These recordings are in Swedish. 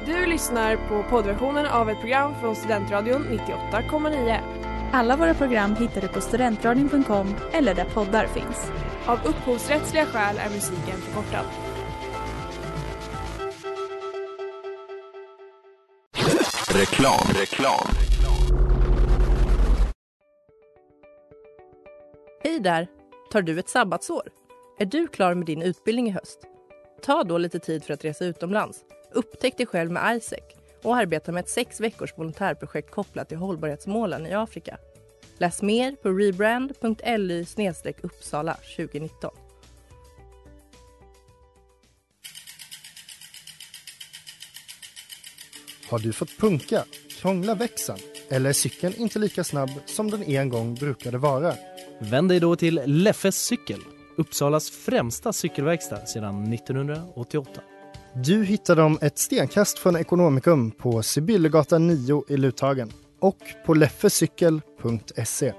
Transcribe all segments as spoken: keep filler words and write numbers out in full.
Du lyssnar på poddversionen av ett program från Studentradion nittioåtta komma nio. Alla våra program hittar du på studentradion punkt com eller där poddar finns. Av upphovsrättsliga skäl är musiken förkortad. Reklam, reklam. Hej där! Tar du ett sabbatsår? Är du klar med din utbildning i höst? Ta då lite tid för att resa utomlands. Upptäck dig själv med Isaac och arbeta med ett sex veckors volontärprojekt kopplat till hållbarhetsmålen i Afrika. Läs mer på rebrand punkt l y slash uppsala tjugonitton. Har du fått punka, krångla växeln eller är cykeln inte lika snabb som den en gång brukade vara? Vänd dig då till Leffes cykel, Uppsalas främsta cykelverkstad sedan nittonhundraåttioåtta. Du hittar dem ett stenkast från Ekonomikum på Sibyllegatan nio i Luthagen och på leffecykel punkt se.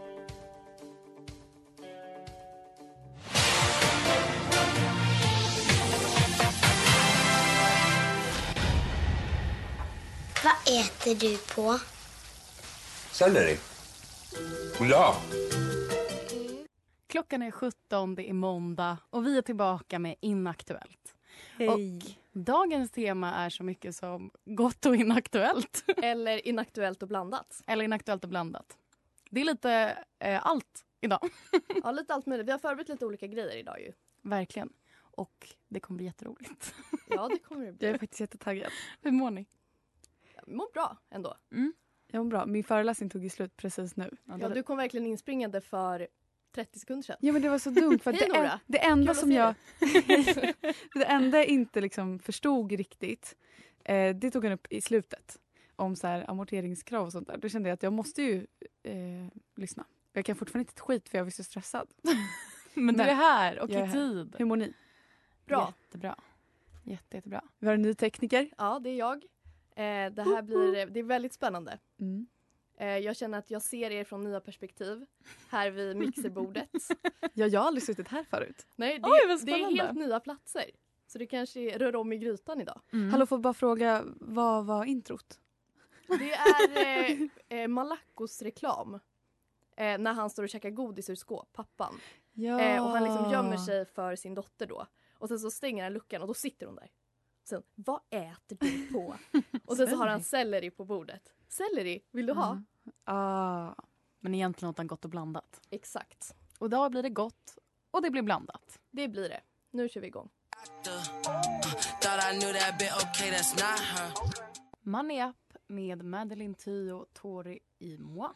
Vad äter du på? Selleri. Ja. Klockan är sjutton, det är måndag och vi är tillbaka med Inaktuellt. Hej. Och dagens tema är så mycket som gott och inaktuellt. Eller inaktuellt och blandat. Eller inaktuellt och blandat. Det är lite eh, allt idag. Ja, lite allt möjligt. Vi har förberett lite olika grejer idag ju. Verkligen. Och det kommer bli jätteroligt. Ja, det kommer det bli. Jag är faktiskt jättetaggad. Hur mår ni? Jag mår bra ändå. Mm. Jag mår bra. Min föreläsning tog ju slut precis nu. Ja, Ja, du kom verkligen inspringande för trettio sekunder sedan. Ja, men det var så dumt för att Hej, det, Nora. en, det enda Kul som att jag det enda jag inte liksom förstod riktigt eh, det tog han upp i slutet om så här amorteringskrav och sånt där. Då kände jag att jag måste ju eh, lyssna. Jag kan fortfarande inte ett skit för jag var så stressad. Men du är här och Jag är i här. tid. Hur mår ni? Bra. Jättebra. Jätte, jättebra. Vi har en ny tekniker. Ja, det är jag. Eh, det här blir det är väldigt spännande. Mm. Eh, jag känner att jag ser er från nya perspektiv här vid mixerbordet. Ja, jag har aldrig suttit här förut. Nej, det, Oj, vad det är spännande. helt nya platser. Så det kanske rör om i grytan idag. Mm. Hallå, får bara fråga, vad var introt? Det är eh, eh, Malackos reklam. Eh, när han står och käkar godis ur skåp, pappan. Ja. Eh, och han liksom gömmer sig för sin dotter då. Och sen så stänger han luckan och då sitter hon där. Sen, vad äter du på? Och sen så har han selleri på bordet. Selleri, vill du ha? Mm. Ah. Men egentligen åt han gott och blandat. Exakt. Och då blir det gott och det blir blandat. Det blir det. Nu kör vi igång. Money Up med Madeleine Ty och Tori i moi.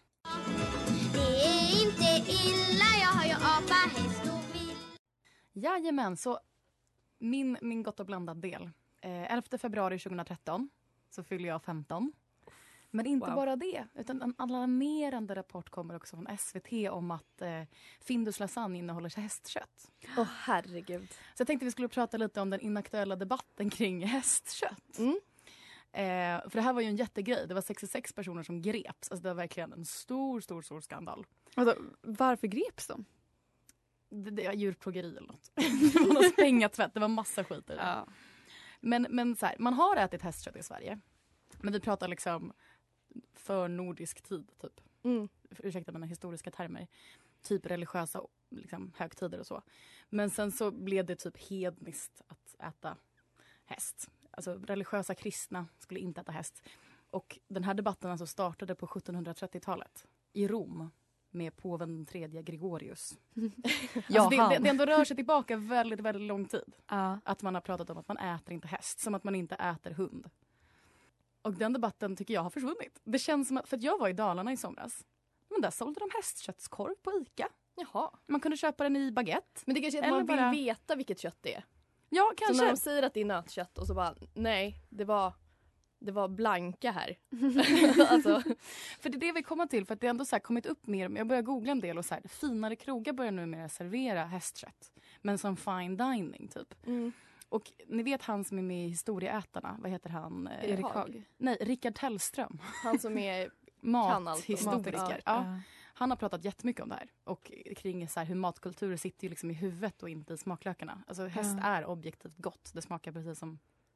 Det är inte illa, jag har ju apa, häst och bil. Jajamän, så min, min gott och blandat del. Eh, elfte februari tjugohundratretton så fyller jag femton. Men inte Wow. bara det, utan en alarmerande rapport kommer också från S V T om att eh, Findus lasagne innehåller hästkött. Åh, oh, herregud. Så jag tänkte vi skulle prata lite om den inaktuella debatten kring hästkött. Mm. Eh, för det här var ju en jättegrej. Det var sextiosex personer som greps. Alltså det var verkligen en stor, stor, stor skandal. Alltså, varför greps de? Det, det var djurplågeri eller något. Det var något pengatvätt. Det var massa skit i det. Ja. Men, men så här, man har ätit hästkött i Sverige. Men vi pratar liksom för nordisk tid typ. Mm. Ursäkta mina historiska termer. Typ religiösa liksom, högtider och så. Men sen så blev det typ hedniskt att äta häst. Alltså religiösa kristna skulle inte äta häst. Och den här debatten alltså startade på sjuttonhundratrettiotalet i Rom med påven tredje Gregorius. Ja, alltså det, han. det, det ändå rör sig tillbaka väldigt, väldigt lång tid. Ja. Att man har pratat om att man äter inte häst, som att man inte äter hund. Och den debatten tycker jag har försvunnit. Det känns som att, för att jag var i Dalarna i somras. Men där sålde de hästköttskorv på Ica. Jaha. Man kunde köpa den i baguette. Men det kanske är att Eller man vill bara- veta vilket kött det är. Ja, Så kanske. när de säger att det är nötkött och så bara, nej, det var, det var blanka här. alltså. För det är det vi kommer till. För att det har ändå så här kommit upp mer. Jag börjar googla en del och så här, finare krogar börjar numera servera hästkött. Men som fine dining typ. Mm. Och ni vet han som är med i Historieätarna. Vad heter han? Eh, Erik Haag. Haag. Nej, Rickard Tellström. Han som är Kan allt om Mathistoriker. mat. Ja. Han har pratat jättemycket om det här. Och kring så här, hur matkulturer sitter ju liksom i huvudet och inte i smaklökarna. Alltså häst Ja. är objektivt gott. Det smakar precis som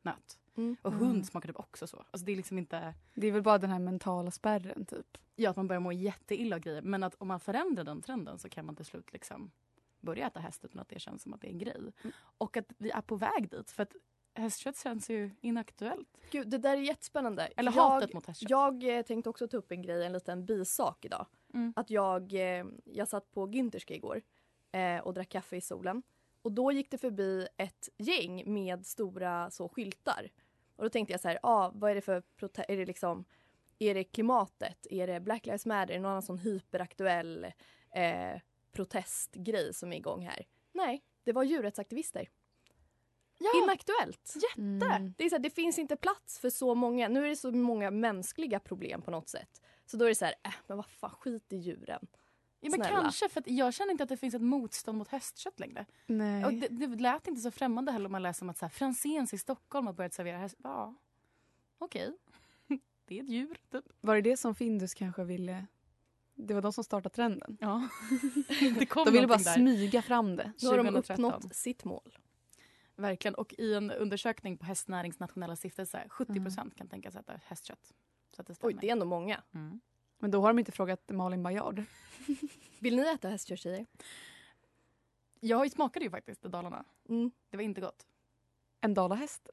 nöt. Mm. Och hund smakar typ också så. Alltså det är liksom inte... Det är väl bara den här mentala spärren typ. Ja, att man börjar må jätteilla av grejer. Men att om man förändrar den trenden så kan man till slut liksom börja äta häst utan att det känns som att det är en grej. Mm. Och att vi är på väg dit. För att hästkött känns ju inaktuellt. Gud, det där är jättespännande. Eller jag, hatet mot hästkött. Jag eh, tänkte också ta upp en grej, en liten bisak idag. Mm. Att jag, eh, jag satt på Günterska igår eh, och drack kaffe i solen. Och då gick det förbi ett gäng med stora så, skyltar. Och då tänkte jag så här, ah, vad är det för prote- är det liksom, är det klimatet? Är det Black Lives Matter? Är det någon annan sån hyperaktuell eh, protestgrej som är igång här? Nej, det var djurrättsaktivister. Ja, Inaktuellt. jätte! Mm. Det är så här, det finns inte plats för så många. Nu är det så många mänskliga problem på något sätt. Så då är det så här, äh, men vad fan, skit i djuren. Ja, men Snälla. kanske, för att jag känner inte att det finns ett motstånd mot hästkött längre. Nej. Och det, det lät inte så främmande heller om man läser om att så här, Franzéns i Stockholm har börjat servera häst. Ja, okej. Det är ett djur, typ. Var det det som Findus kanske ville... Det var de som startade trenden. Ja. Det kom De ville bara någonting där. smyga fram det. Nu har de tjugohundratretton. uppnått sitt mål. Verkligen. Och i en undersökning på Hästnärings nationella stiftelse, sjuttio procent kan tänka sig äta hästkött. Så att det stämmer. Oj, det är ändå många. Mm. Men då har de inte frågat Malin Bajard. Vill ni äta hästkött, tjejer? Jag smakade ju faktiskt i Dalarna. Mm. Det var inte gott. En dalahäst.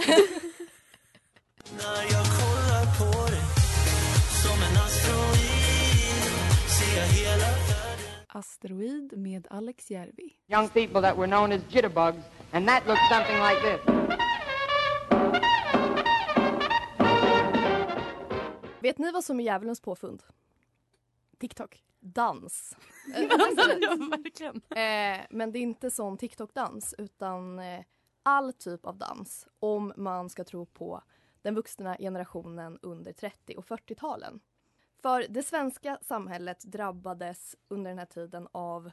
När jag kollar på dig som en asteroid ser jag hela världen. Asteroid med Alex Järvi. Young people that were known as jitterbugs, and that looked something like this. Vet ni vad som är djävulens påfund? TikTok. Dans. Ja, verkligen. Eh, men det är inte sån TikTok-dans utan eh, all typ av dans om man ska tro på den vuxna generationen under trettio- och fyrtiotalen. För det svenska samhället drabbades under den här tiden av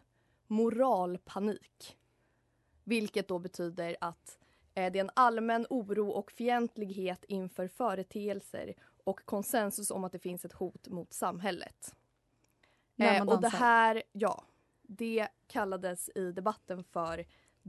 moralpanik. Vilket då betyder att eh, det är en allmän oro och fientlighet inför företeelser och konsensus om att det finns ett hot mot samhället. När Eh, man och det dansar. här, ja, det kallades i debatten för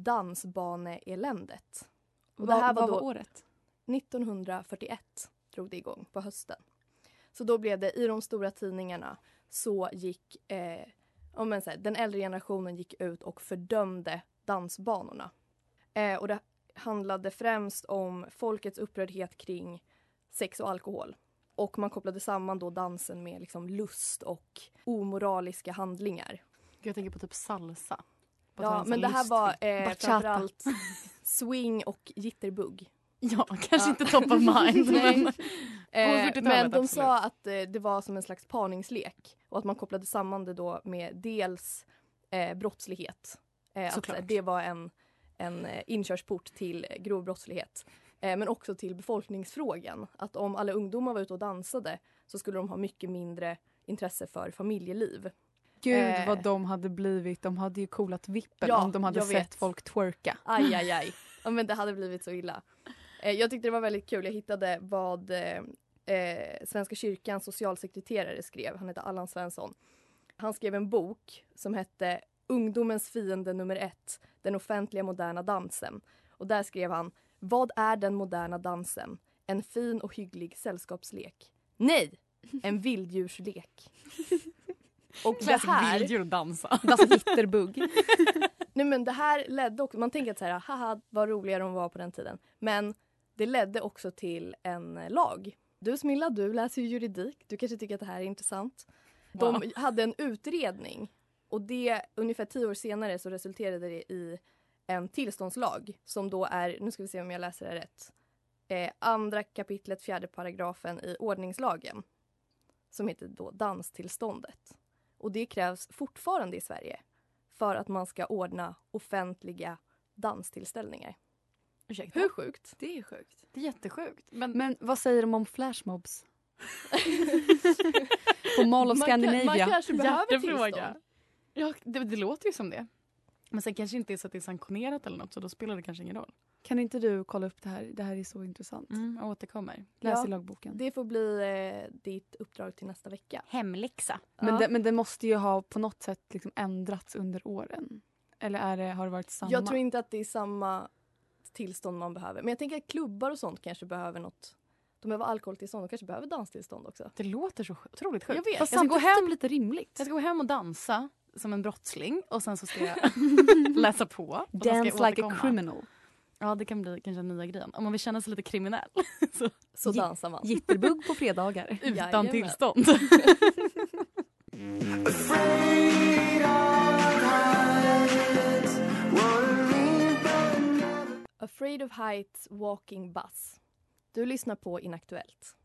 dansbaneeländet. Och det Vad, här var vad då var året? nittonhundrafyrtioett drog det igång på hösten. Så då blev det i de stora tidningarna så gick eh, om man säger, den äldre generationen gick ut och fördömde dansbanorna. Eh, och det handlade främst om folkets upprördhet kring sex och alkohol. Och man kopplade samman då dansen med liksom lust och omoraliska handlingar. Jag tänker på typ salsa. På Ja, men det här var eh, Bachata. framförallt swing och jitterbug. Ja, kanske Ja. inte top of mind. Nej. Men... Eh, fyrtiotalet, men de absolut. sa att eh, det var som en slags parningslek och att man kopplade samman det då med dels eh, brottslighet. Eh, att Såklart. eh, det var en, en eh, inkörsport till eh, grov brottslighet. Eh, men också till befolkningsfrågan. Att om alla ungdomar var ute och dansade så skulle de ha mycket mindre intresse för familjeliv. Gud Eh. vad de hade blivit. De hade ju coolat vippen Ja, om de hade jag sett vet. folk twerka. Aj, aj, aj. Ja, men det hade blivit så illa. Eh, jag tyckte det var väldigt kul. Jag hittade vad eh, eh, Svenska kyrkans socialsekreterare skrev. Han heter Allan Svensson. Han skrev en bok som hette Ungdomens fiende nummer ett. Den offentliga moderna dansen. Och där skrev han: vad är den moderna dansen? En fin och hygglig sällskapslek. Nej! En vilddjurslek. Och det Klassisk här... vilddjur att dansa. Das Gitterbug. Nej, men det här ledde också, man tänker att så här, haha, vad roliga de var på den tiden. Men det ledde också till en lag. Du Smilla, du läser ju juridik. Du kanske tycker att det här är intressant. De Wow. hade en utredning och det ungefär tio år senare så resulterade det i en tillståndslag som då är, nu ska vi se om jag läser det rätt, eh, andra kapitlet, fjärde paragrafen i ordningslagen som heter då danstillståndet. Och det krävs fortfarande i Sverige för att man ska ordna offentliga danstillställningar. Ursäkta. Hur sjukt? Det är sjukt. Det är jättesjukt. Men, Men vad säger de om flashmobs? På Mall of Man kan- Scandinavia. Man kanske behöver Hjärtefråga. tillstånd. Ja, det, det låter ju som det. Men sen kanske inte är så att det är sanktionerat eller något, så då spelar det kanske ingen roll. Kan inte du kolla upp det här? Det här är så intressant. Mm, jag återkommer. Läs Ja. i lagboken. Det får bli eh, ditt uppdrag till nästa vecka. Hemläxa. Men, Ja. det, men det måste ju ha på något sätt liksom ändrats under åren. Eller är det, har det varit samma? Jag tror inte att det är samma tillstånd man behöver. Men jag tänker att klubbar och sånt kanske behöver något. De behöver alkoholtillstånd och kanske behöver danstillstånd också. Det låter så otroligt sjukt. Jag vet. Fast Jag ska gå samtidigt hem typ- lite rimligt. Jag ska gå hem och dansa som en brottsling och sen så ska jag läsa på. Och så ska jag Dance like a återkomma. criminal. Ja, det kan bli kanske nya grejen. Om man vill känna sig lite kriminell. så Så dansar man. Jitterbug på fredagar. utan Jajamän. tillstånd. Afraid of heights, walking bus. Du lyssnar på Inaktuellt.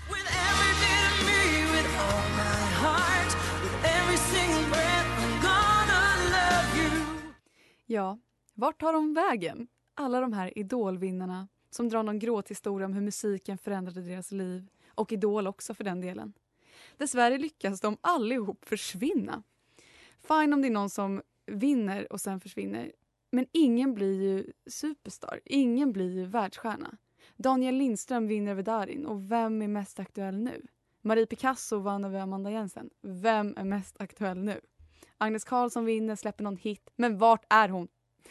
Ja, vart tar de vägen? Alla de här idolvinnarna som drar någon gråthistoria om hur musiken förändrade deras liv. Och Idol också för den delen. Dessvärre lyckas de allihop försvinna. Fine om det är någon som vinner och sen försvinner. Men ingen blir ju superstar. Ingen blir ju världsstjärna. Daniel Lindström vinner över Darin. Och vem är mest aktuell nu? Marie Picasso vann över Amanda Jensen. Vem är mest aktuell nu? Agnes Karlsson vinner, släpper någon hit. Men vart är hon?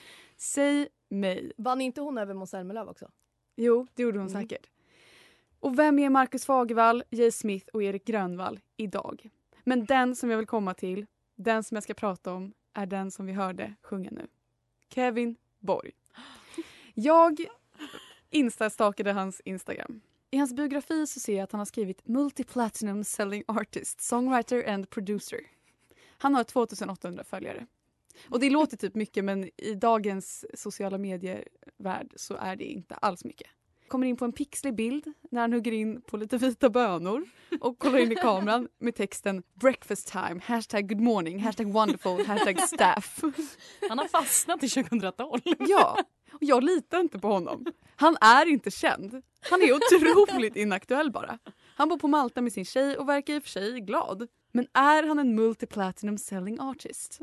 Säg mig. Vann inte hon över Måns Zelmerlöw också? Jo, det gjorde hon Mm. säkert. Och vem är Marcus Fagervall, Jay Smith och Erik Grönvall idag? Men den som jag vill komma till, den som jag ska prata om, är den som vi hörde sjunga nu. Kevin Borg. Jag instastakade hans Instagram. I hans biografi så ser jag att han har skrivit multi-platinum selling artist, songwriter and producer. Han har tjugoåttahundra följare. Och det låter typ mycket, men i dagens sociala medier-värld så är det inte alls mycket. Kommer in på en pixlig bild när han hugger in på lite vita bönor och kollar in i kameran med texten breakfast time, hashtag good morning, hashtag wonderful, hashtag staff. Han har fastnat i tjugohundratolv. Ja, och jag litar inte på honom. Han är inte känd. Han är otroligt inaktuell bara. Han bor på Malta med sin tjej och verkar i och för sig glad. Men är han en multi-platinum selling artist?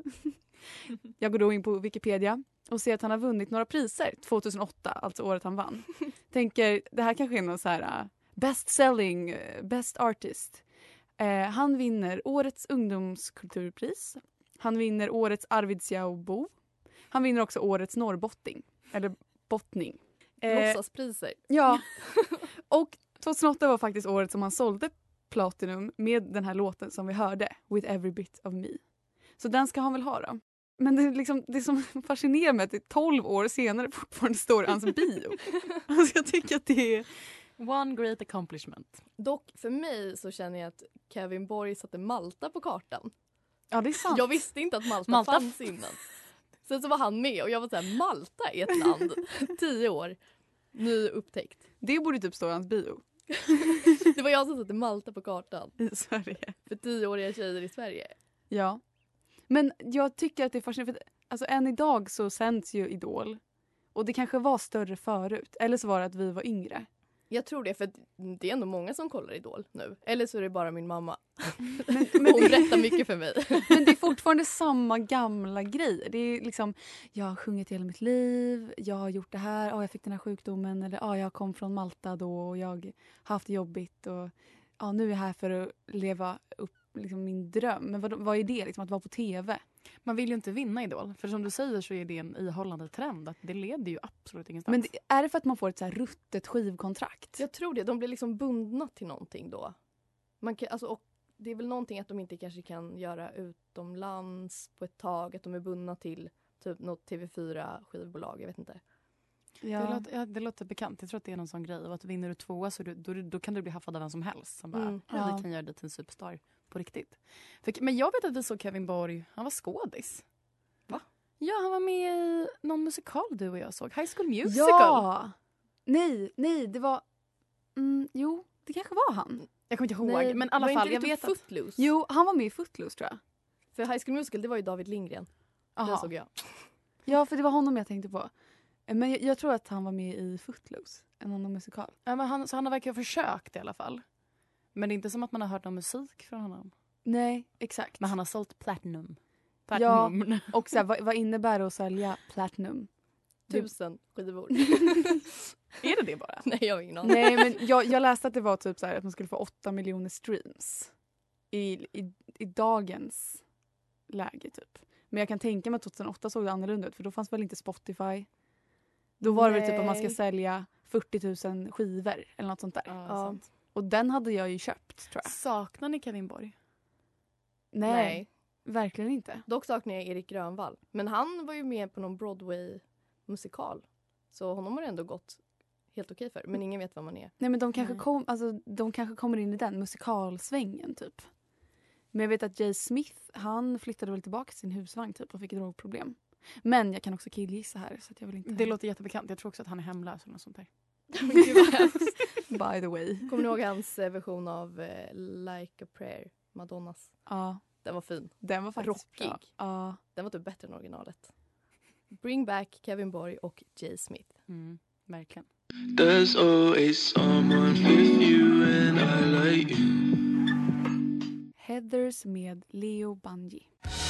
Jag går då in på Wikipedia och ser att han har vunnit några priser tjugohundraåtta, alltså året han vann. Tänker, det här kanske är någon så här uh, best selling, uh, best artist. Uh, han vinner årets ungdomskulturpris. Han vinner årets Arvidsjaurbo. Han vinner också årets Norrbottning. Eller bottning. Uh, Låtsaspriser. ja. Och tjugohundraåtta var faktiskt året som han sålde platinum med den här låten som vi hörde, With Every Bit of Me. Så den ska han väl ha då. Men det, är liksom, det som fascinerar mig är att tolv år senare fortfarande står i hans bio. Alltså jag tycker att det är... One great accomplishment. Dock för mig så känner jag att Kevin Borg satte Malta på kartan. Ja, det är sant. Jag visste inte att Malta, Malta. fanns innan. Sen så var han med och jag var så här, Malta är ett land. Tio år. Ny upptäckt. Det borde typ stå i hans bio. Det var jag som satte Malta på kartan. I Sverige. För tioåriga tjejer i Sverige. Ja. Men jag tycker att det är fascinerande. För att, alltså, än idag så sänds ju Idol. Och det kanske var större förut. Eller så var det att vi var yngre. Jag tror det, för att det är ändå många som kollar Idol nu. Eller så är det bara min mamma. Men, Hon men, berättar mycket för mig. men det är fortfarande samma gamla grejer. Det är liksom, jag har sjungit hela mitt liv. Jag har gjort det här. Oh, jag fick den här sjukdomen. Eller oh, jag kom från Malta då. Och jag har haft det jobbigt. Och oh, nu är jag här för att leva upp liksom, min dröm. Men vad, vad är det? Liksom, att vara på tv? Man vill ju inte vinna Idol. För som du säger så är det en ihållande trend. Att det leder ju absolut ingenstans. Men det, är det för att man får ett så här ruttet skivkontrakt? Jag tror det. De blir liksom bundna till någonting då. Man kan, alltså, och det är väl någonting att de inte kanske kan göra utomlands på ett tag. Att de är bundna till typ något T V fyra skivbolag. Jag vet inte. Ja. Det, låter, ja, det låter bekant. Jag tror att det är någon sån grej. Och att vinner du tvåa så du, då, då kan du bli haffad av vem som helst. Som bara, Mm. ja. Ja. Vi kan göra dig till en superstar på riktigt. För, men jag vet att vi såg Kevin Borg. Han var skådis. Va? Ja, han var med i någon musikal du och jag såg. High School Musical. Ja! Nej, nej, det var... Mm, jo, det kanske var han. Jag kommer inte ihåg. Nej, men i alla var fall, inte jag det vet typ att... Footloose? Jo, han var med i Footloose tror jag. För High School Musical, det var ju David Lindgren. Den Aha. såg jag. Ja, för det var honom jag tänkte på. Men jag, jag tror att han var med i Footloose. En annan musikal. Ja, men han, så han har verkligen försökt i alla fall. Men det är inte som att man har hört någon musik från honom. Nej, exakt. Men han har sålt platinum. Ja, Platinum. och så här, vad, vad innebär det att sälja platinum? Tusen skivor. Är det det bara? Nej, jag har ingen aning. Nej, men jag, jag läste att det var typ så här att man skulle få åtta miljoner streams. I, i, i dagens läge typ. Men jag kan tänka mig att tjugohundraåtta såg det annorlunda ut. För då fanns väl inte Spotify. Då var det väl typ att man ska Nej. sälja fyrtio tusen skivor eller något sånt där. Ja, Ja. sant. Och den hade jag ju köpt, tror jag. Saknar ni Kevin Borg? Nej, Nej. verkligen inte. Dock saknar jag Erik Grönvall. Men han var ju med på någon Broadway-musikal. Så honom har det ändå gått helt okej för. Men ingen vet vad man är. Nej, men de kanske, Nej. kom, alltså, de kanske kommer in i den musikalsvängen typ. Men jag vet att Jay Smith, han flyttade väl tillbaka till sin husvagn typ och fick drogproblem. Men jag kan också killgissa här så att jag vill inte... Det låter jättebekant. Jag tror också att han är hemlös eller något sånt där. Gud, vad hemskt. By the way. Kommer ni ihåg hans eh, version av eh, Like a prayer? Madonnas. Ja, Den var fin. den var faktiskt Rockig. bra. Ja. Den var typ bättre än originalet. Bring back Kevin Borg och Jay Smith. Mm, verkligen. There's always someone with you and I like you. Heathers med Leo Bungie.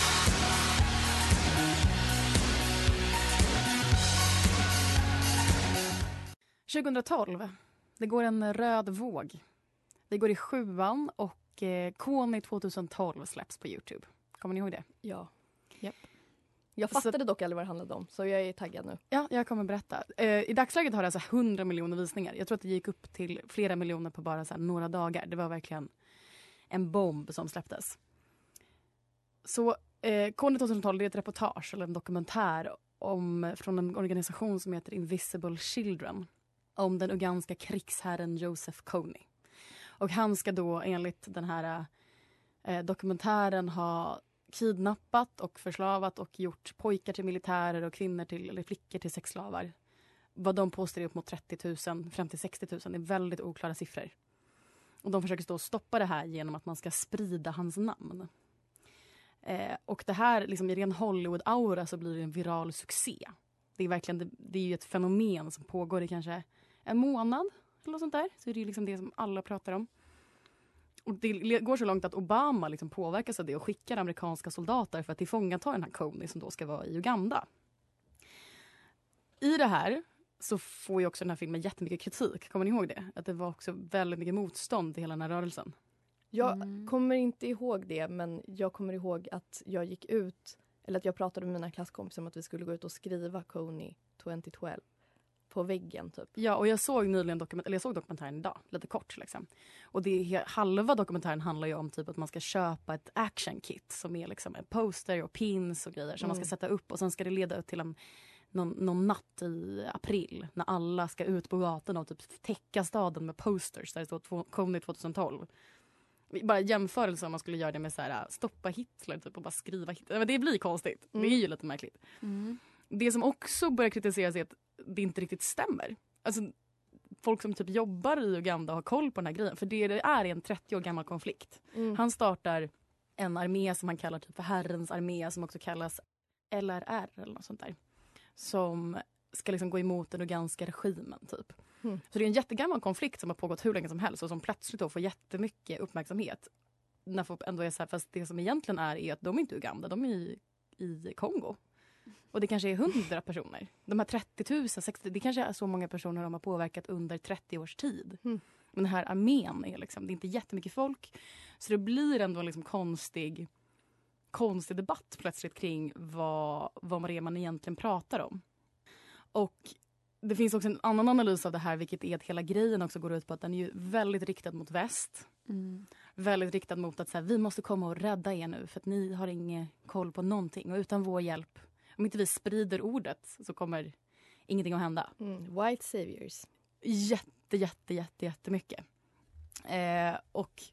tjugohundratolv. Det går en röd våg. Vi går i sjuan och eh, Kony tjugotolv släpps på Youtube. Kommer ni ihåg det? Ja. Japp. Jag fattade dock aldrig vad det handlade om. Så jag är taggad nu. Ja, jag kommer berätta. Eh, I dagsläget har det alltså hundra miljoner visningar. Jag tror att det gick upp till flera miljoner på bara så här några dagar. Det var verkligen en bomb som släpptes. Så eh, Kony tjugotolv det är ett reportage eller en dokumentär om, från en organisation som heter Invisible Children. Om den uganska krigsherren Joseph Kony. Och han ska då enligt den här eh, dokumentären ha kidnappat och förslavat och gjort pojkar till militärer och kvinnor till, eller flickor till sexslavar. Vad de påstår är upp mot trettio tusen, fram till sextio tusen. Det är väldigt oklara siffror. Och de försöker stå och stoppa det här genom att man ska sprida hans namn. Eh, och det här, liksom i ren Hollywood-aura så blir det en viral succé. Det är verkligen, det, det är ju ett fenomen som pågår i kanske en månad eller något sånt där. Så är det liksom det som alla pratar om. Och det går så långt att Obama liksom påverkas av det och skickar amerikanska soldater för att tillfångata den här Kony som då ska vara i Uganda. I det här så får ju också den här filmen jättemycket kritik. Kommer ni ihåg det? Att det var också väldigt mycket motstånd till hela den här rörelsen. Jag Mm. kommer inte ihåg det, men jag kommer ihåg att jag gick ut, eller att jag pratade med mina klasskompisar om att vi skulle gå ut och skriva Kony tjugotolv på väggen typ. Ja, och jag såg nyligen dokument- eller jag såg dokumentären idag, lite kort liksom. Och det är, he- halva dokumentären handlar ju om typ att man ska köpa ett action kit som är liksom en poster och pins och grejer som Mm. man ska sätta upp och sen ska det leda ut till en någon, någon natt i april när alla ska ut på gatorna och typ täcka staden med posters där det står två- Kony tjugotolv. Bara jämförelse om man skulle göra det med så här stoppa Hitler typ och bara skriva Hitler. Men det blir konstigt. Mm. Det är ju lite märkligt. Mm. Det som också börjar kritiseras är att det inte riktigt stämmer. Alltså folk som typ jobbar i Uganda har koll på den här grejen. För det det är en trettio år gammal konflikt. Mm. Han startar en armé som han kallar typ för Herrens armé som också kallas L R R eller något sånt där. Som ska liksom gå emot den uganska regimen typ. Mm. Så det är en jättegammal konflikt som har pågått hur länge som helst och som plötsligt då får jättemycket uppmärksamhet. När folk ändå är så här, fast det som egentligen är är att de är inte i Uganda, de är i, i Kongo. Och det kanske är hundra personer. De här trettio tusen, sextio, det kanske är så många personer de har påverkat under trettio års tid. Mm. Men den här armén är liksom, det är inte jättemycket folk. Så det blir ändå en liksom konstig, konstig debatt plötsligt kring vad, vad det är man egentligen pratar om. Och det finns också en annan analys av det här, vilket är att hela grejen också går ut på att den är ju väldigt riktad mot väst. Mm. Väldigt riktad mot att så här, vi måste komma och rädda er nu för att ni har ingen koll på någonting. Och utan vår hjälp, om inte vi sprider ordet så kommer ingenting att hända. Mm. White saviors. Jätte, jätte, jätte, jättemycket. Eh, och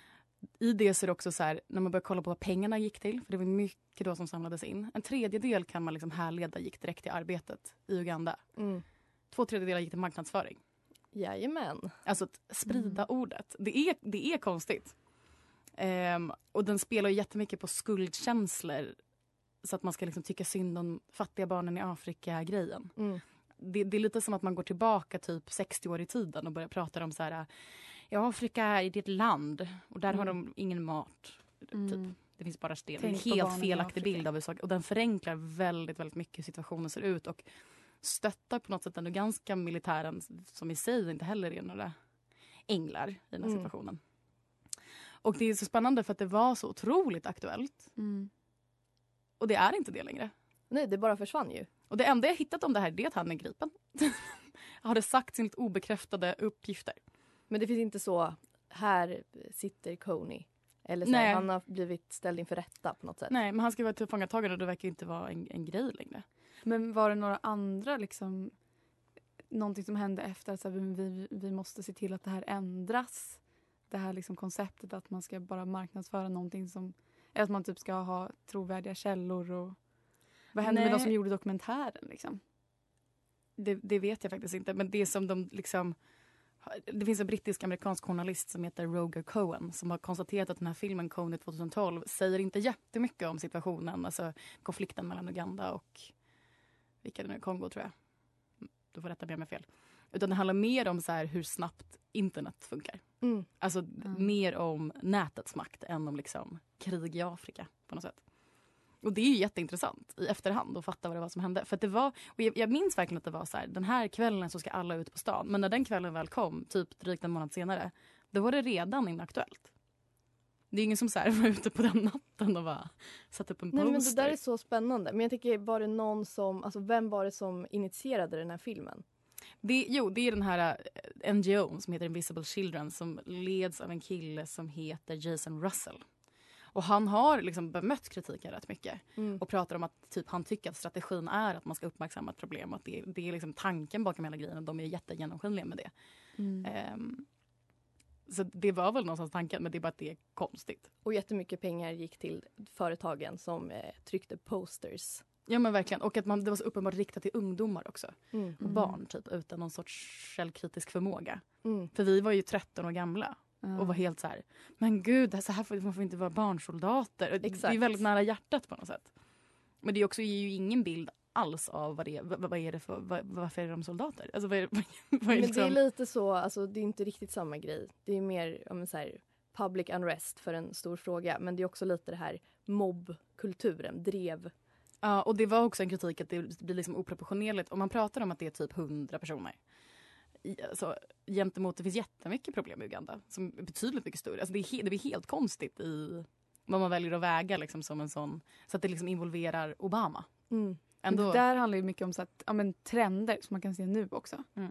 i det så är det också så här, när man börjar kolla på vad pengarna gick till, för det var mycket då som samlades in. En tredjedel kan man liksom härleda gick direkt till arbetet i Uganda. Mm. Två tredjedelar gick till marknadsföring. Jajamän. Alltså att sprida ordet. Det är, det är konstigt. Ehm, och den spelar ju jättemycket på skuldkänslor. Så att man ska liksom tycka synd om fattiga barnen i Afrika-grejen. Mm. Det, det är lite som att man går tillbaka typ sextio år i tiden och börjar prata om så här. I Afrika är det ett land och där Mm. har de ingen mat. Mm. Typ. Det finns bara sten. Tänk på En helt barnen i felaktig Afrika. bild av U S A. Och den förenklar väldigt, väldigt mycket hur situationen ser ut. Och stöttar på något sätt den ganska militären som i sig inte heller är några änglar i den här Mm. situationen. Och det är så spännande för att det var så otroligt aktuellt. Mm. Och det är inte det längre. Nej, det bara försvann ju. Och det enda jag hittat om det här det är att han är gripen. Har det sagt sin obekräftade uppgifter. Men det finns inte så, här sitter Coney. Eller så här, han har blivit ställd inför rätta på något sätt. Nej, men han ska vara tillfångatagen och det verkar inte vara en, en grej längre. Men var det några andra liksom, någonting som hände efter att så här, vi, vi måste se till att det här ändras? Det här liksom konceptet att man ska bara marknadsföra någonting som, eller att man typ ska ha trovärdiga källor och vad hände Nej. med de som gjorde dokumentären liksom? Det, det vet jag faktiskt inte, men det som de liksom, det finns en brittisk-amerikansk journalist som heter Roger Cohen som har konstaterat att den här filmen Coney tjugohundratolv säger inte jättemycket om situationen, alltså konflikten mellan Uganda och vilka det nu är, Kongo tror jag. Du får rätta mig om jag har fel. Utan det handlar mer om så här hur snabbt internet funkar. Mm. Alltså Mm. mer om nätets makt än om liksom krig i Afrika på något sätt. Och det är ju jätteintressant i efterhand att fatta vad det var som hände. För att det var, och jag, jag minns verkligen att det var så här, den här kvällen så ska alla ut på stan. Men när den kvällen väl kom, typ drygt en månad senare, då var det redan inaktuellt. Det är ingen som så här var ute på den natten och bara satt upp en poster. Nej, men det där är så spännande. Men jag tänker, var det någon som, alltså vem var det som initierade den här filmen? Det, jo, det är den här uh, N G O som heter Invisible Children som leds av en kille som heter Jason Russell. Och han har liksom bemött kritiken rätt mycket. Mm. Och pratar om att typ, han tycker att strategin är att man ska uppmärksamma ett problem. Och att det, det är liksom tanken bakom hela grejen. Och de är jättegenomskinliga med det. Mm. Um, så det var väl någonstans tanken. Men det är bara att det är konstigt. Och jättemycket pengar gick till företagen som eh, tryckte posters. Ja men verkligen. Och att man, det var så uppenbart riktat till ungdomar också. Mm. Och barn typ. Utan någon sorts källkritisk förmåga. Mm. För vi var ju tretton år gamla. Mm. Och var helt så här, men gud, så här får man får inte vara barnsoldater. Exakt. Det är väldigt nära hjärtat på något sätt. Men det är också ger ju ingen bild alls av vad det är, vad, vad är det för, vad, varför är de soldater? Alltså vad är, vad, vad är Men liksom... det är lite så, alltså det är inte riktigt samma grej. Det är mer ja, men så här, public unrest för en stor fråga. Men det är också lite det här mobbkulturen, drev. Ja, och det var också en kritik att det blir liksom oproportionerligt. Om man pratar om att det är typ hundra personer. I, alltså, gentemot, det finns jättemycket problem i Uganda som är betydligt mycket större. Alltså, det, är he, det blir helt konstigt i vad man väljer att väga liksom, som en sån, så att det liksom involverar Obama. Mm. Ändå... Det där handlar ju mycket om så att, ja, men, trender som man kan se nu också. Mm.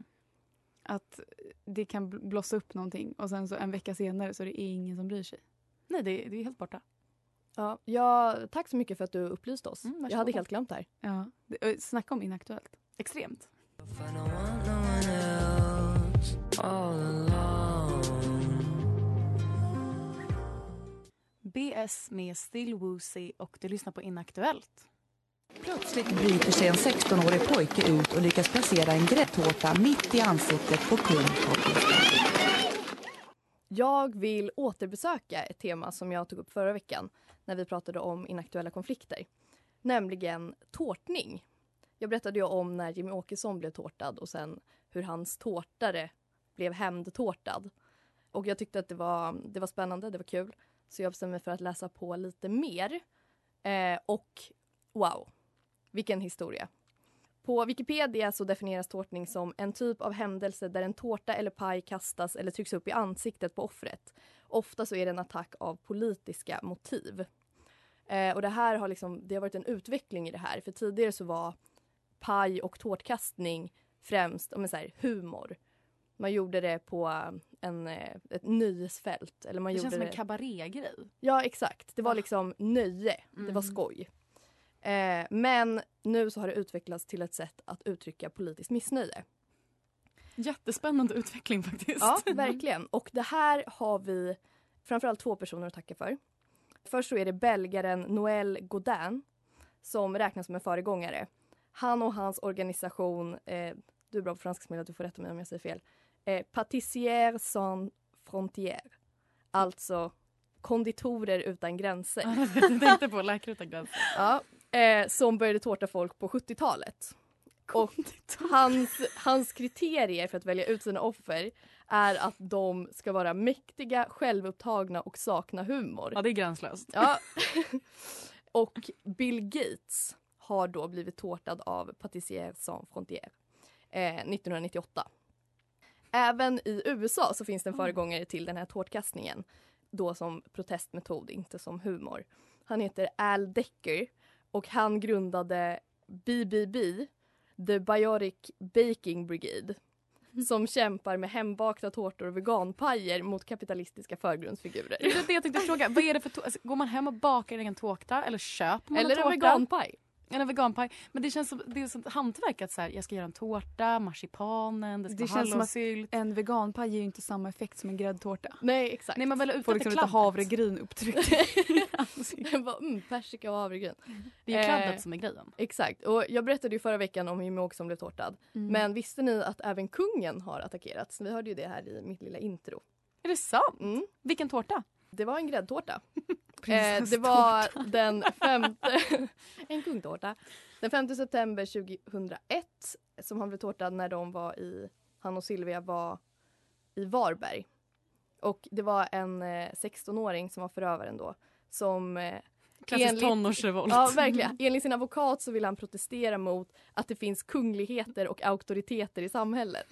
Att det kan bl- blossa upp någonting och sen så en vecka senare så är det ingen som bryr sig. Nej, det, det är helt borta. Ja, ja, tack så mycket för att du upplyste oss. Mm, jag hade helt glömt det här. Ja, det, snacka om inaktuellt. Extremt. B S med Still Woozy och du lyssnar på Inaktuellt. Plötsligt bryter sig en sexton-årig pojke ut och lyckas placera en gräddtårta mitt i ansiktet på kung. Jag vill återbesöka ett tema som jag tog upp förra veckan när vi pratade om inaktuella konflikter. Nämligen tårtning. Jag berättade ju om när Jimmy Åkesson blev tårtad och sen hur hans tårtare blev hämndtårtad. Och jag tyckte att det var, det var spännande, det var kul. Så jag bestämde mig för att läsa på lite mer. Eh, och wow, vilken historia. På Wikipedia så definieras tårtning som en typ av händelse där en tårta eller paj kastas eller trycks upp i ansiktet på offret. Ofta så är det en attack av politiska motiv. Eh, och det här har liksom, det har varit en utveckling i det här. För tidigare så var paj och tårtkastning främst om en så här humor. Man gjorde det på en, ett nöjesfält. Eller man det gjorde känns som det... en kabarégrej. Ja, exakt. Det var Va? liksom nöje. Mm. Det var skoj. Eh, men nu så har det utvecklats till ett sätt att uttrycka politiskt missnöje. Jättespännande utveckling faktiskt. Ja, verkligen. Och det här har vi framförallt två personer att tacka för. Först så är det belgaren Noël Godin som räknas som en föregångare. Han och hans organisation, eh, du är bra på franska Smilla, du får rätta mig om jag säger fel. Eh, Pâtissiers sans frontières. Alltså konditorer utan gränser. Jag tänkte på läkare utan gränser. Ja, eh, som började tårta folk på sjuttiotalet. Och hans, hans kriterier för att välja ut sina offer är att de ska vara mäktiga, självupptagna och sakna humor. Ja, det är gränslöst. Ja. Och Bill Gates har då blivit tårtad av Pâtissiers sans frontières eh, nittonhundranittioåtta. Även i U S A så finns det en föregångare till den här tårtkastningen. Då som protestmetod, inte som humor. Han heter Al Decker och han grundade B B B, The Biotic Baking Brigade, som kämpar med hembakta tårtor och veganpajer mot kapitalistiska förgrundsfigurer. Det är det jag tänkte fråga. Vad är det för tå- alltså, går man hem och bakar en egen tårta eller köper man Eller en en tårta? veganpaj. Eller veganpaj. Men det känns som det är sånt hantverk att så här, jag ska göra en tårta, marsipanen, det ska Det vara känns som att hallonsylt. en veganpaj ger ju inte samma effekt som en gräddtårta. Nej, exakt. Nej, man väl ute Får efter liksom lite kladdet. havregryn upptryckt. Jag bara, mm, persika och havregryn. Det är ju kladdet Eh, som är grejen. Exakt. Och jag berättade ju förra veckan om Jimmie Åkesson blev tårtad. Mm. Men visste ni att även kungen har attackerats? Vi hörde ju det här i mitt lilla intro. Är det sant? Mm. Vilken tårta? Det var en gräddtårta. eh, Prinsesstårta. det var den femte... en kungtårta. Den femte september tjugohundraett som han blev tårtad när de var i... Han och Silvia var i Varberg. Och det var en eh, sexton-åring som var förövaren då. Som... Eh, Klassisk enligt- tonårsrevolt. Ja, verkligen. Enligt sin advokat så vill han protestera mot att det finns kungligheter och auktoriteter i samhället.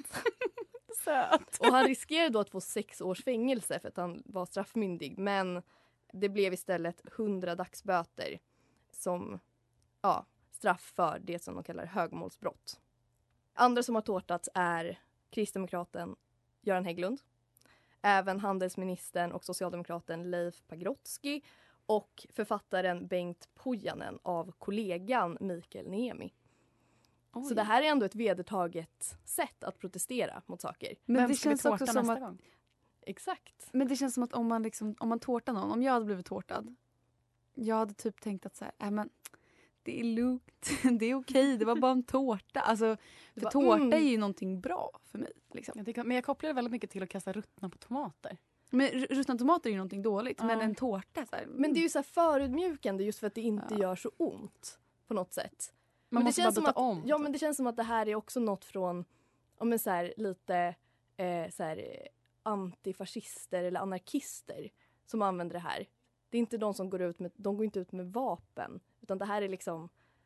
Söt. Och han riskerade då att få sex års fängelse för att han var straffmyndig. Men det blev istället hundra dagsböter som ja, straff för det som de kallar högmålsbrott. Andra som har tårtats är kristdemokraten Göran Hägglund. Även handelsministern och socialdemokraten Leif Pagrotsky och författaren Bengt Pojanen av kollegan Mikael Niemi. Oj. Så det här är ändå ett vedertaget sätt att protestera mot saker. Men Vem det ska bli känns också tårta som nästa att gång? Exakt. Men det känns som att om man, liksom, om man tårtar någon, om jag hade blivit tårtad. Jag hade typ tänkt att så här, äh, men, det är lugnt, det är okej, det var bara en tårta. Alltså, för bara, tårta mm. är ju någonting bra för mig. Liksom. Jag tycker, men jag kopplar det väldigt mycket till att kasta ruttna på tomater. Men r- ruttna tomater är ju någonting dåligt, Ja. men en tårta så här, mm. Men det är ju så här förödmjukande just för att det inte Ja. gör så ont på något sätt. Man Men det måste känns bara som byta att, om. Ja, men det känns som att det här är också något från om men så här, lite eh, så här, eh, antifascister eller anarkister som använder det här. Det är inte de som går ut med, de går inte ut med vapen, utan det här är liksom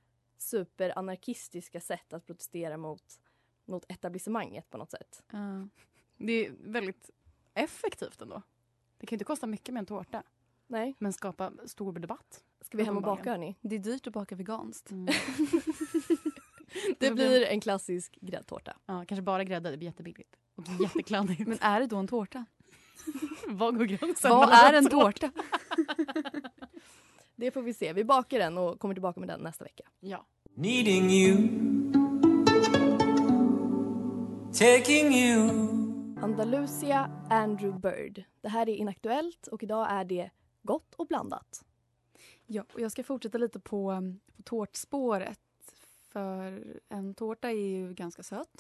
superanarkistiska sätt att protestera mot, mot etablissemanget på något sätt. Ja. Det är väldigt effektivt ändå. Det kan ju inte kosta mycket med en tårta. Nej. Men skapa stor debatt. Ska vi hem och Uppenbarligen. baka, hörni? Det är dyrt att baka veganskt. Mm. Det blir en klassisk gräddtårta. Ja, kanske bara grädde, det blir jättebilligt. Och jättekladdigt. Men är det då en tårta? Vad går gränsen? Vad mellan är en tårta? Det får vi se. Vi bakar den och kommer tillbaka med den nästa vecka. Ja. Needing you, taking you. Andalusia, Andrew Bird. Det här är Inaktuellt och idag är det gott och blandat. Ja, och jag ska fortsätta lite på, på tårtspåret. För en tårta är ju ganska söt.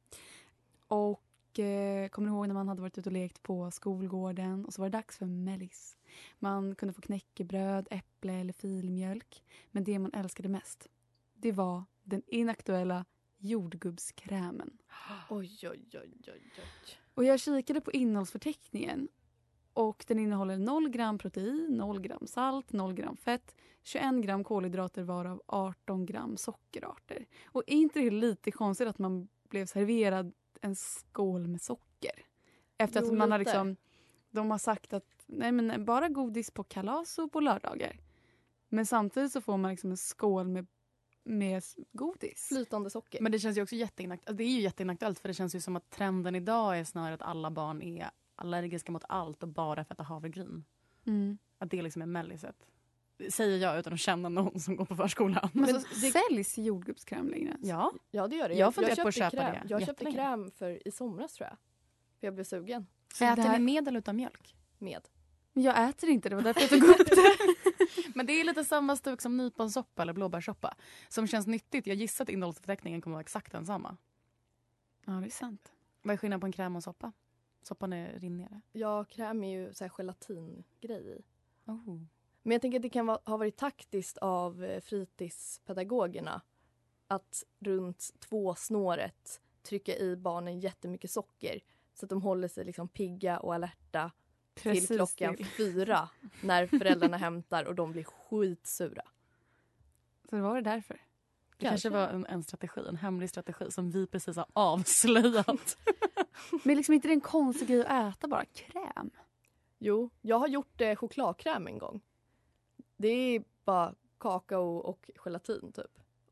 Och eh, kommer ni ihåg när man hade varit ute och lekt på skolgården och så var det dags för mellis. Man kunde få knäckebröd, äpple eller filmjölk. Men det man älskade mest, det var den inaktuella jordgubbskrämen. Oj, oj, oj, oj, oj. Och jag kikade på innehållsförteckningen. Och den innehåller noll gram protein, noll gram salt, noll gram fett, tjugoen gram kolhydrater varav arton gram sockerarter. Och är inte det lite konstigt att man blev serverad en skål med socker? Efter Jo, att man har lite. liksom, de har sagt att nej men bara godis på kalas och på lördagar. Men samtidigt så får man liksom en skål med, med godis. Flytande socker. Men det känns ju också jätteinaktuellt. Alltså, det är ju jätteinaktuellt för det känns ju som att trenden idag är snarare att alla barn är allergiska mot allt och bara för att äta havregryn. Mm. Att det liksom är melliset. Säger jag utan att känna någon som går på förskolan. Men Men alltså, det- säljs jordgubbskräm längre ens? Ja, Ja, det gör det. Jag har funderat på att köpte köpa kräm. det Jag köpte jättelänge. kräm för i somras tror jag. För jag blev sugen. Så äter det här- ni med eller utan mjölk? Med. Men jag äter inte, det var därför jag tog upp det. Men det är lite samma stuk som nyponsoppa eller blåbärssoppa. Som känns nyttigt. Jag gissar att innehållsförteckningen kommer vara exakt densamma. Ja, det är sant. Vad är skillnaden på en kräm och en soppa? Soppan är rinnigare. Ja, kräm är ju så här gelatingrej i. Oh. Men jag tänker att det kan va- ha varit taktiskt av eh, fritidspedagogerna att runt två snåret trycka i barnen jättemycket socker så att de håller sig liksom pigga och alerta Precis till klockan till. fyra när föräldrarna hämtar och de blir skitsura. Så det var det därför. Det kanske var en, en strategi, en hemlig strategi som vi precis har avslöjat. Men liksom inte det en konstig grej att äta bara kräm? Jo, jag har gjort eh, chokladkräm en gång. Det är bara kakao och gelatin typ.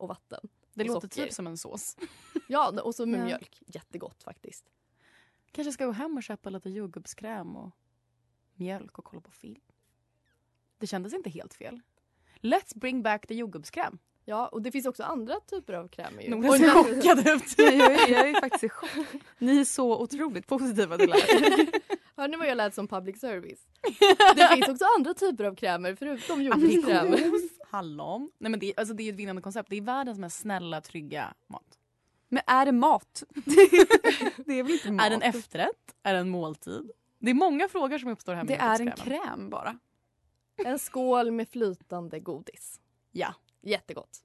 och vatten. Det och låter socker. typ som en sås. Ja, och så med Ja. mjölk. Jättegott faktiskt. Kanske ska gå hem och köpa lite jordgubbskräm och mjölk och kolla på film. Det kändes inte helt fel. Let's bring back the jordgubbskräm. Ja, och det finns också andra typer av krämer. Ju. Nora ser chockad ut. jag, är, jag är faktiskt i chock. Ni är så otroligt positiva till det här. Hör ni vad jag lät som public service? Det finns också andra typer av krämer förutom jordgubbskräm. Hallon. Nej, men det, alltså det är ett vinnande koncept. Det är världens mest snälla, trygga mat. Men är det mat? Det är väl inte mat? Är det en efterrätt? Är det en måltid? Det är många frågor som uppstår här med Det är en jordgubbskrämen. kräm bara. En skål med flytande godis. Ja. Jättegott.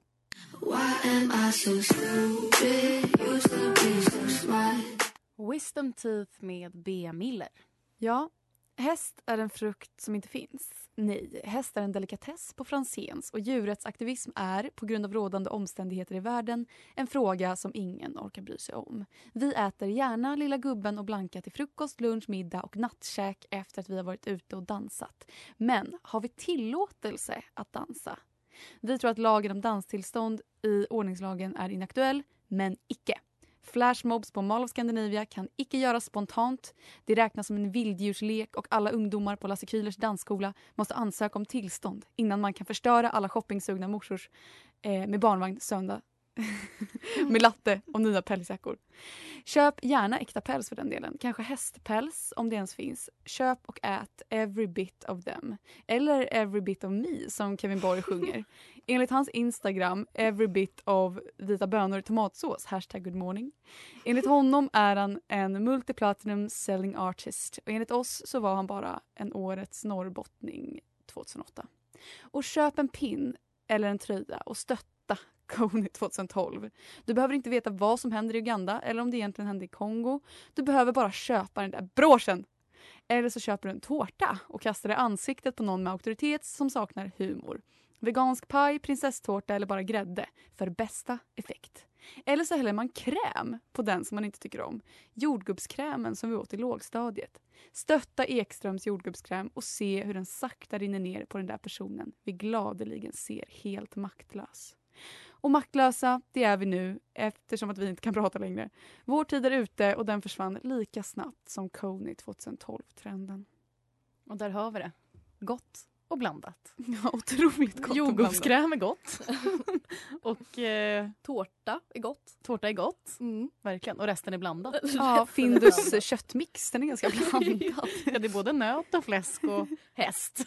Wisdom teeth med B. Miller. Ja, häst är en frukt som inte finns. Nej, häst är en delikatess på Franzéns och djurrättsaktivism är, på grund av rådande omständigheter i världen, en fråga som ingen orkar bry sig om. Vi äter gärna lilla gubben och Blanka till frukost, lunch, middag och nattkäk efter att vi har varit ute och dansat. Men har vi tillåtelse att dansa? Vi tror att lagen om danstillstånd i ordningslagen är inaktuell, men icke. Flashmobs på Mall of Scandinavia kan icke göras spontant. Det räknas som en vilddjurslek och alla ungdomar på Lasse Kühlers dansskola måste ansöka om tillstånd innan man kan förstöra alla shoppingsugna morsors eh, med barnvagn söndag med latte och nya pälsjackor. Köp gärna äkta päls för den delen. Kanske hästpäls om det ens finns. Köp och ät every bit of them. Eller every bit of me som Kevin Borg sjunger. Enligt hans Instagram, every bit of vita bönor tomatsås, hashtag good morning. Enligt honom är han en multiplatinum selling artist. Och enligt oss så var han bara en årets norrbottning tjugohundraåtta. Och köp en pin eller en tröja och stötta Kony tjugotolv. Du behöver inte veta vad som händer i Uganda eller om det egentligen händer i Kongo. Du behöver bara köpa den där broschen. Eller så köper du en tårta och kastar det i ansiktet på någon med auktoritet som saknar humor. Vegansk paj, prinsesstårta eller bara grädde för bästa effekt. Eller så häller man kräm på den som man inte tycker om. Jordgubbskrämen som vi åt i lågstadiet. Stötta Ekströms jordgubbskräm och se hur den sakta rinner ner på den där personen vi gladeligen ser helt maktlös. Och maktlösa, det är vi nu eftersom att vi inte kan prata längre. Vår tid är ute och den försvann lika snabbt som Kony tjugotolv-trenden. Och där har vi det. Gott och blandat. Ja, otroligt gott. Jordgubbskräm är gott. och eh, tårta är gott. Tårta är gott. Mm. Verkligen. Och resten är blandat. Ja, Findus köttmix, den är ganska blandad. Ja, det är både nöt och fläsk och häst.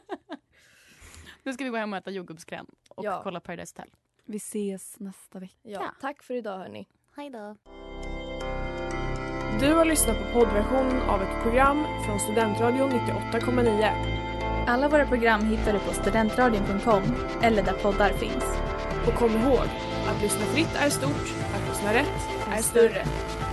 Nu ska vi gå hem och äta jordgubbskräm och Ja. kolla Paradise Hotel. Vi ses nästa vecka. Ja, tack för idag hörni. Hej då. Du har lyssnat på poddversion av ett program från Studentradion nittioåtta komma nio. Alla våra program hittar du på studentradion punkt com eller där poddar finns. Och kom ihåg, att lyssna fritt är stort, att lyssna rätt är större.